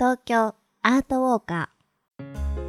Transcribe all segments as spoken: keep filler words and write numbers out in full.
東京アートウォーカー。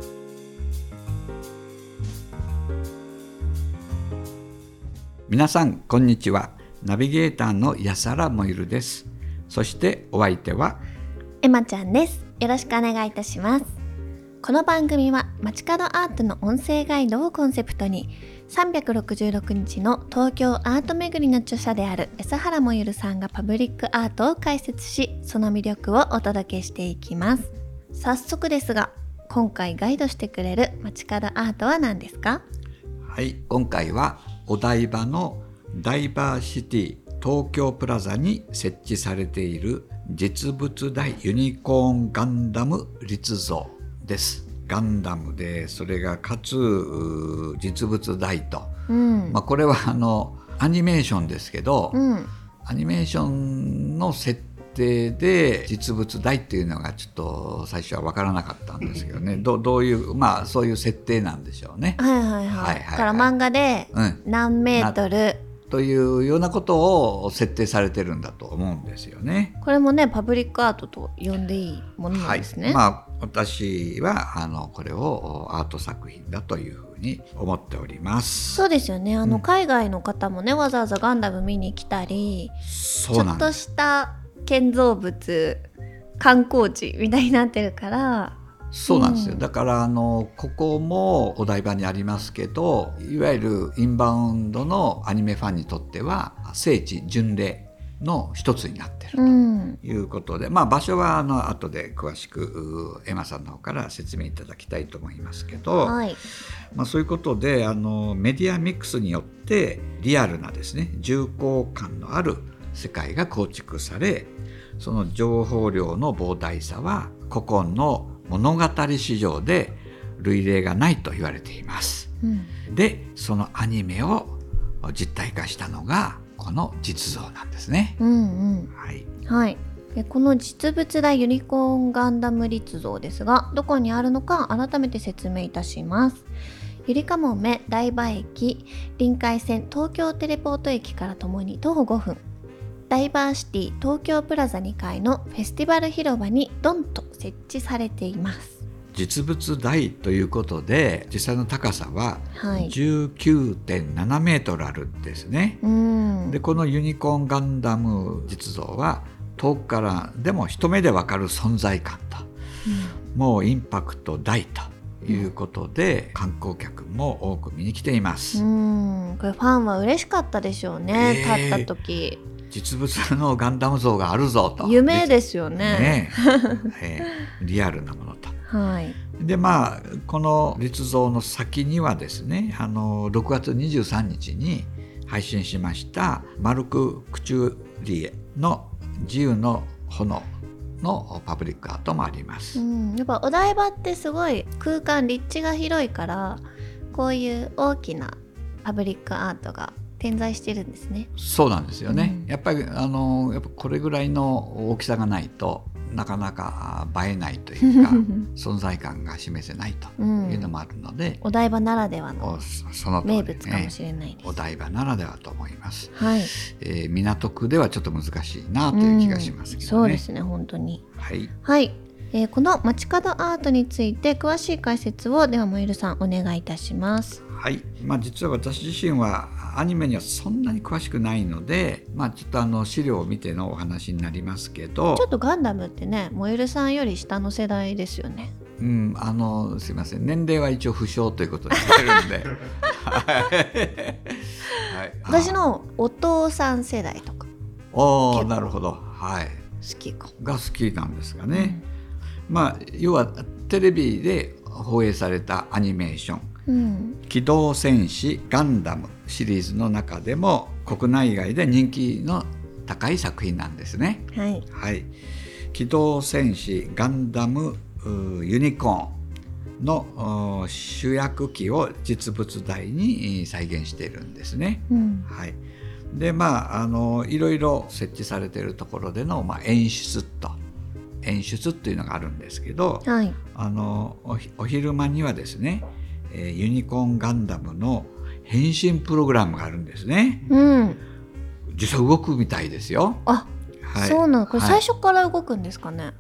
皆さんこんにちは。ナビゲーターの安原もゆるです。そしてお相手はエマちゃんです。よろしくお願いいたします。この番組は街角アートの音声ガイドをコンセプトにさんびゃくろくじゅうろくにちの東京アート巡りの著者である安原もゆるさんがパブリックアートを解説し、その魅力をお届けしていきます。早速ですが、今回ガイドしてくれる街角アートは何ですか？ はい、今回はお台場のダイバーシティ東京プラザに設置されている実物大ユニコーンガンダム立像です。ガンダムで、それがかつ実物大と、うんまあ、これはあのアニメーションですけど、うん、アニメーションの設定で実物大っていうのがちょっと最初は分からなかったんですけどね。 ど, どういうまあそういう設定なんでしょうね。 はいはいはい、はいはいはい、だから漫画で何メートル、うんというようなことを設定されてるんだと思うんですよね。 これもねパブリックアートと呼んでいいものなんですね。 はい、まあ私はあのこれをアート作品だというふうに思っております。 そうですよね。あの、うん、海外の方もねわざわざガンダム見に来たり、ちょっとした建造物観光地みたいになってるから。 そうなんですよ。だからあのここもお台場にありますけど、いわゆるインバウンドのアニメファンにとっては聖地巡礼の一つになっているということで、うん、まあ場所はあの後で詳しくエマさんの方から説明いただきたいと思いますけど、はいまあ、そういうことであのメディアミックスによってリアルなですね重厚感のある世界が構築され、その情報量の膨大さは古今の物語史上で類例がないと言われています、うん、でそのアニメを実体化したのがこの実像なんですね、うんうんはいはい、でこの実物大ユニコーンガンダム立像ですが、どこにあるのか改めて説明いたします。ゆりかもめ台場駅臨海線東京テレポート駅からともに徒歩ごふん、ダイバーシティ東京プラザにかいのフェスティバル広場にドンと設置されています。 実物大ということで実際の高さは じゅうきゅうてんななメートルあるんですね、はい、でこのユニコーンガンダム実像は遠くからでも一目でわかる存在感と、うん、もうインパクト大ということで、うん、観光客も多く見に来ています。 うんこれファンは嬉しかったでしょうね、えー、立った時実物のガンダム像があるぞと夢ですよ ね, ね、 えー、リアルなものと、 はい、 でまあこの立像の先にはですねあのろくがつにじゅうさんにちに配信しましたマルク・クチュリエの自由の炎のパブリックアートもあります、 うん、やっぱお台場ってすごい空間立地が広いからこういう大きなパブリックアートが点在してるんですね。 そうなんですよね、うん、やっぱりあのやっぱこれぐらいの大きさがないとなかなか映えないというか存在感が示せないというのもあるので、 うん、お台場ならではの名物かもしれないです。 お台場ならではと思います、 はいえー、港区ではちょっと難しいなという気がしますけどね、うん、 そうですね本当にはい、 はいえー、この街角アートについて詳しい解説をではもゆるさんお願いいたします。 はい、まあ、実は私自身はアニメにはそんなに詳しくないので、まあ、ちょっとあの資料を見てのお話になりますけど、 ちょっとガンダムってねもゆるさんより下の世代ですよね。 うん、あのすいません、年齢は一応不詳ということになってるんではい、私のお父さん世代とかおーなるほど、はい、 好きかが好きなんですがね、うん、まあ要はテレビで放映されたアニメーション、うん、機動戦士ガンダムシリーズの中でも国内外で人気の高い作品なんですね、 はいはい、機動戦士ガンダムユニコーンの主役機を実物大に再現しているんですね、うんはい、でまああのいろいろ設置されているところでの、まあ、演出と演出っていうのがあるんですけど、はい、あの お, お昼間にはですねユニコーンガンダムの変身プログラムがあるんですね、うん、実際動くみたいですよ。 あ、はい、そうなの。これ最初から動くんですかね、はい、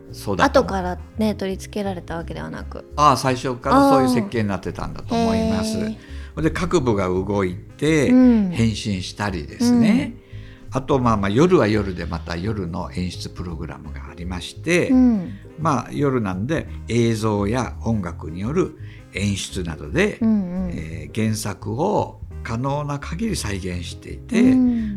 そうだと思う。 後からね取り付けられたわけではなく、 ああ最初からそういう設計になってたんだと思います。で各部が動いて変身したりですね、うん、あとまあまあ夜は夜でまた夜の演出プログラムがありまして、うん、まあ夜なんで映像や音楽による演出などで、うんうんえー、原作を可能な限り再現していて、うん、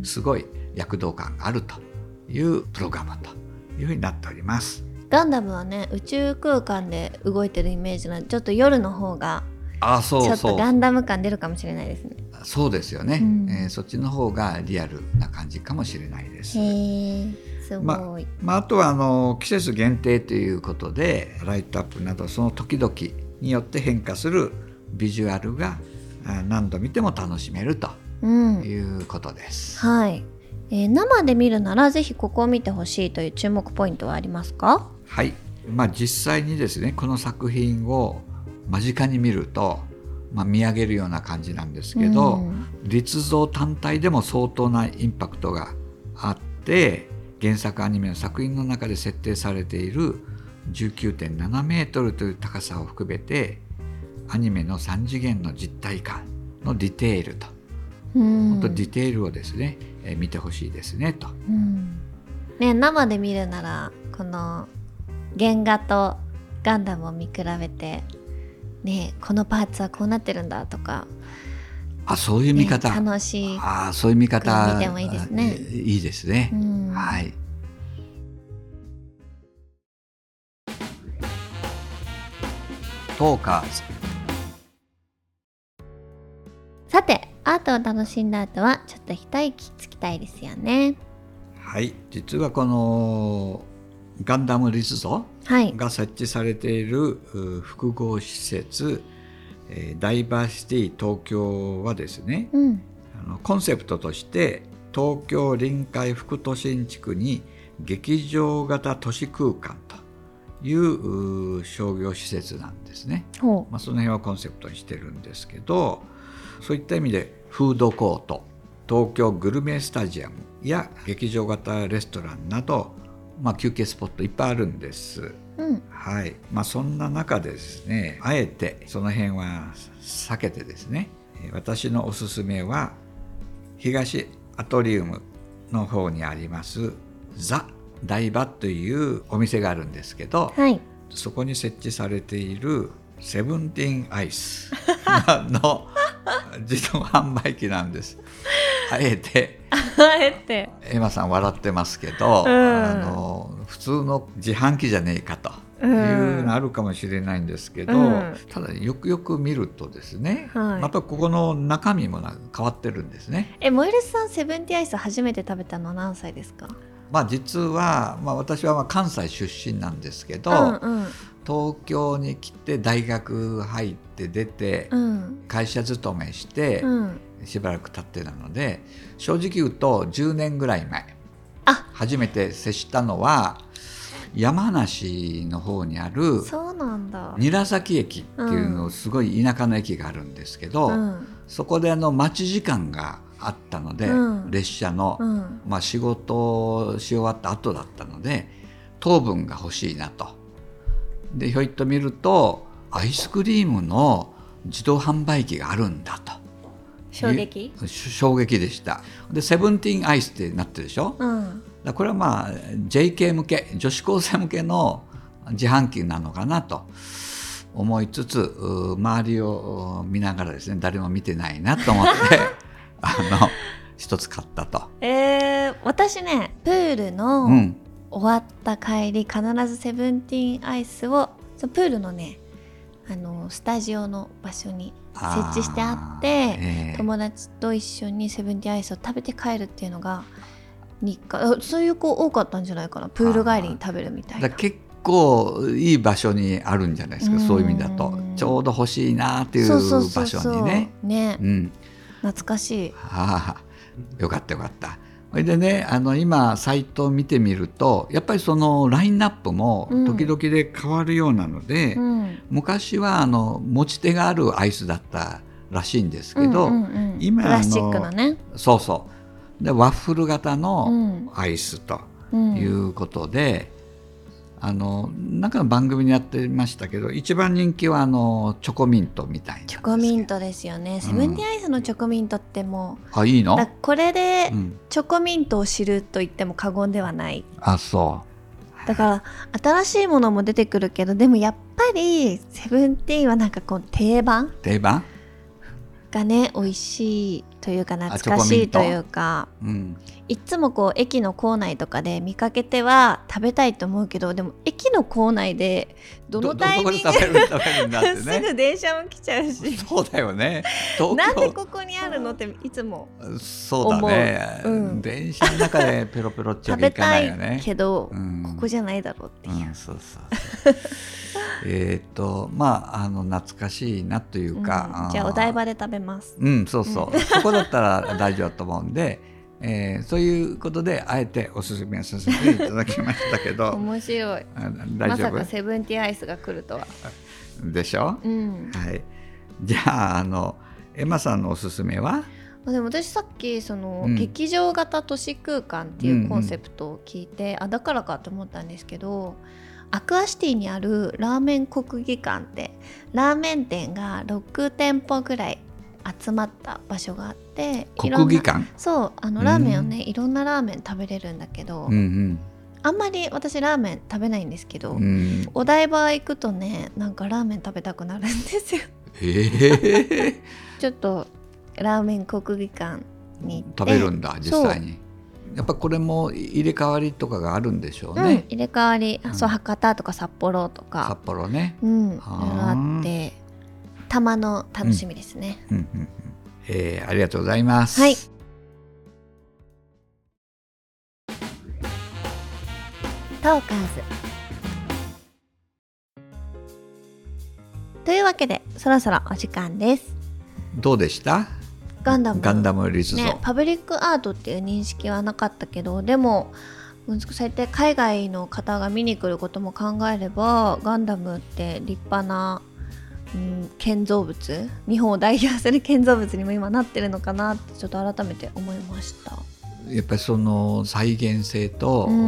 すごい躍動感があるというプログラムというふうになっております。 ガンダムはね宇宙空間で動いてるイメージなのでちょっと夜の方があそうそうちょっとガンダム感出るかもしれないですね。 そうですよね、うんえー、そっちの方がリアルな感じかもしれないです。 へーすごい、 ままあ、あとはあの季節限定ということでライトアップなどその時々によって変化するビジュアルが何度見ても楽しめるということです、 うんはいえー、生で見るならぜひここを見てほしいという注目ポイントはありますか？ はい、まあ、実際にですねこの作品を間近に見ると、まあ、見上げるような感じなんですけど、うん、立像単体でも相当なインパクトがあって原作アニメの作品の中で設定されている じゅうきゅうてんななメートルという高さを含めてアニメのさん次元の実体感のディテールと、うん、本当ディテールをですね、えー、見てほしいですねと、うんね、生で見るならこの原画とガンダムを見比べてね、このパーツはこうなってるんだとかあそういう見方、 ね、楽しいあそういう見方見てもいいですね。 いいですね、うん、はいトーカーズ。 さてアートを楽しんだ後はちょっと一息つきたいですよね。 はい実はこのガンダム立像が設置されている複合施設、ダイバーシティ東京はですね、うん、あのコンセプトとして東京臨海副都心地区に劇場型都市空間という商業施設なんですね、まあ、その辺はコンセプトにしてるんですけどそういった意味でフードコート東京グルメスタジアムや劇場型レストランなどまあ、休憩スポットいっぱいあるんです、うんはいまあ、そんな中でですねあえてその辺は避けてですね私のおすすめは東アトリウムの方にありますザ・台場というお店があるんですけど、はい、そこに設置されているセブンティーンアイスの自動販売機なんです。あえてあえてエマさん笑ってますけど、うん、あの普通の自販機じゃねえかというのあるかもしれないんですけど、うん、ただよくよく見るとですね、はい、またここの中身も変わってるんですね。 えモエルスさんセブンティーンアイス初めて食べたのは何歳ですか？ まあ、実は、まあ、私はまあ関西出身なんですけど、うんうん、東京に来て大学入って出て、うん、会社勤めして、うんしばらく経ってなので正直言うとじゅうねんぐらい前あ初めて接したのは山梨の方にある韮崎駅っていうのすごい田舎の駅があるんですけど、うん、そこであの待ち時間があったので、うん、列車の、うんまあ、仕事し終わった後だったので糖分が欲しいなとでひょいっと見るとアイスクリームの自動販売機があるんだと衝撃衝撃でした。でセブンティーンアイスってなってるでしょ、うん、だこれはまあ ジェーケー 向け女子高生向けの自販機なのかなと思いつつ周りを見ながらですね誰も見てないなと思ってあの一つ買ったと、 えー、私ねプールの終わった帰り、うん、必ずセブンティーンアイスをそのプールのねあのスタジオの場所に設置してあって、えー、友達と一緒にセブンティーンアイスを食べて帰るっていうのが日課そういう子多かったんじゃないかなプール帰りに食べるみたいな。 だ結構いい場所にあるんじゃないですかそういう意味だとちょうど欲しいなっていう場所にね。 ね、うん、懐かしい。 はあ、よかったよかった。それでねあの今サイトを見てみるとやっぱりそのラインナップも時々で変わるようなので、うん、昔はあの持ち手があるアイスだったらしいんですけど、うんうんうん、今プラスチックのねそうそうでワッフル型のアイスということで、 あのなんかの番組にやってましたけど、一番人気はあのチョコミントみたいな。 チョコミントですよね、うん、セブンティーアイスのチョコミントってもうあいいの？ これでチョコミントを知ると言っても過言ではない、 うん、あそうだから新しいものも出てくるけど、でもやっぱりセブンティーンはなんかこう定番定番がね美味しいというか懐かしいというか、うん、いつもこう駅の構内とかで見かけては食べたいと思うけど、でも駅の構内でどのタイミングですぐ電車も来ちゃうし、 そうだよね、 なんでここにあるのっていつも思う。 そうだね、うん、電車の中でペロペロっちゃいかないよね。 食べたいけど、うん、ここじゃないだろうっていう、うん、そうそうそうえっとまああの懐かしいなというか、 うん、じゃあお台場で食べます。 うんそうそう、うん、そこだったら大丈夫だと思うんで、えー、そういうことであえておすすめさせていただきましたけど面白い、 大丈夫？ まさかセブンティーアイスが来るとはでしょ、うんはい、じゃあ、あのエマさんのおすすめは？ でも私さっきその、うん、劇場型都市空間っていうコンセプトを聞いて、うんうん、あだからかと思ったんですけど、アクアシティにあるラーメン国技館ってラーメン店がろく店舗ぐらい集まった場所があって、 国技館？ そうあのラーメンをね、うん、いろんなラーメン食べれるんだけど、うんうん、あんまり私ラーメン食べないんですけど、うん、お台場行くとねなんかラーメン食べたくなるんですよ。 えー、 ちょっとラーメン国技館に行って食べるんだ実際に。やっぱこれも入れ替わりとかがあるんでしょうね、うん、 入れ替わり、うん、そう博多とか札幌とか札幌ね、 うん、いろいろあってたまの楽しみですね、うんうんうんえー、ありがとうございます。 はい、トーカーズというわけでそろそろお時間です。 どうでした？ガンダム、ガンダム立像、 ね、パブリックアートっていう認識はなかったけど、でもそうやって海外の方が見に来ることも考えればガンダムって立派な、うん、建造物、日本を代表する建造物にも今なってるのかなってちょっと改めて思いました。 やっぱりその再現性と、うん、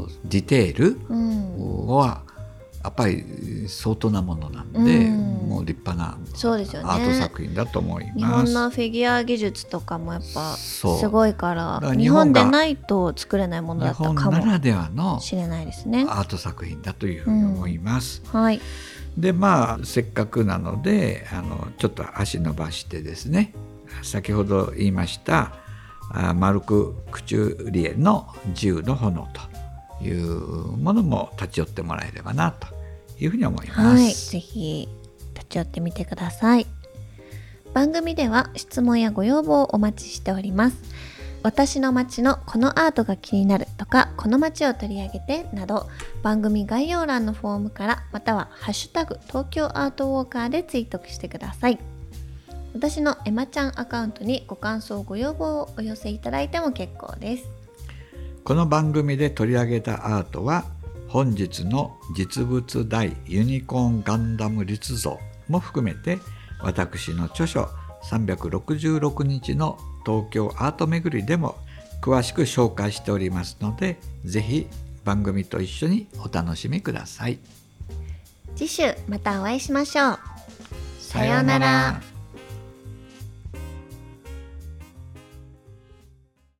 ディテールはやっぱり相当なものなんで、うん、もう立派なそうですよね、 アート作品だと思います。 日本のフィギュア技術とかもやっぱすごいから、日本でないと作れないものだったかもしれないですね。 アート作品だというふうに思います、 うん、はい。 でまあせっかくなのであのちょっと足伸ばしてですね、先ほど言いましたマルク・クチュリエの自由の炎というものも立ち寄ってもらえればなというふうに思います。 はい、ぜひ立ち寄ってみてください。番組では質問やご要望をお待ちしております。私の街のこのアートが気になるとか、この街を取り上げてなど、番組概要欄のフォームからまたはハッシュタグ東京アートウォーカーでツイートしてください。私のエマちゃんアカウントにご感想ご要望をお寄せいただいても結構です。 この番組で取り上げたアートは本日の実物大ユニコーンガンダム立像も含めて、私の著書さんびゃくろくじゅうろくにちの東京アート巡りでも詳しく紹介しておりますので、ぜひ番組と一緒にお楽しみください。 次週またお会いしましょう。 さようなら。